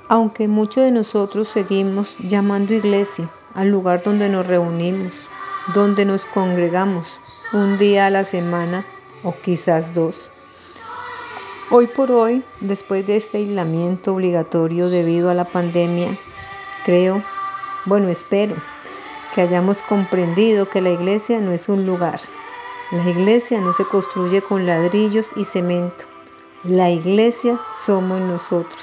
Aunque muchos de nosotros seguimos llamando iglesia al lugar donde nos reunimos, donde nos congregamos un día a la semana o quizás dos. Hoy por hoy, después de este aislamiento obligatorio debido a la pandemia, espero que hayamos comprendido que la iglesia no es un lugar. La iglesia no se construye con ladrillos y cemento. La iglesia somos nosotros.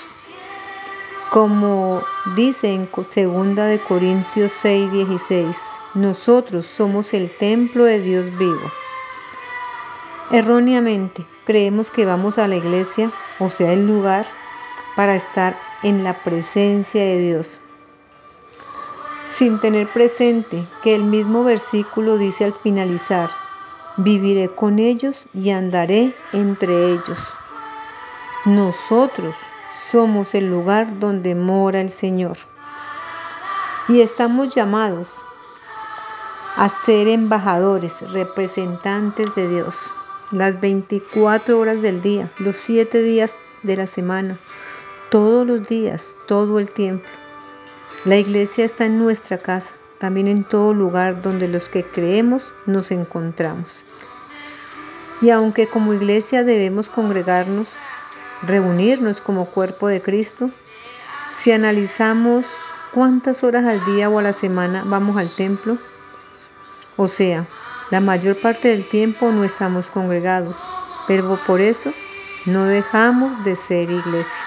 Como dice en 2 Corintios 6:16, nosotros somos el templo de Dios vivo. Erróneamente creemos que vamos a la iglesia, o sea, el lugar, para estar en la presencia de Dios, sin tener presente que el mismo versículo dice al finalizar: viviré con ellos y andaré entre ellos. Nosotros somos el lugar donde mora el Señor y estamos llamados a ser embajadores, representantes de Dios, las 24 horas del día, los 7 días de la semana, todos los días, todo el tiempo. La iglesia está en nuestra casa, también en todo lugar donde los que creemos nos encontramos. Y aunque como iglesia debemos congregarnos, reunirnos como cuerpo de Cristo, si analizamos cuántas horas al día o a la semana vamos al templo, o sea, la mayor parte del tiempo no estamos congregados, pero por eso no dejamos de ser iglesia.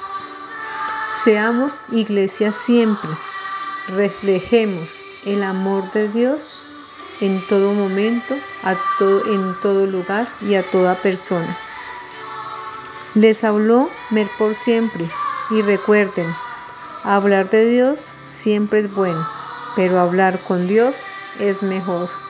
Seamos iglesia siempre, reflejemos el amor de Dios en todo momento, en todo lugar y a toda persona. Les habló Mer por siempre y recuerden, hablar de Dios siempre es bueno, pero hablar con Dios es mejor.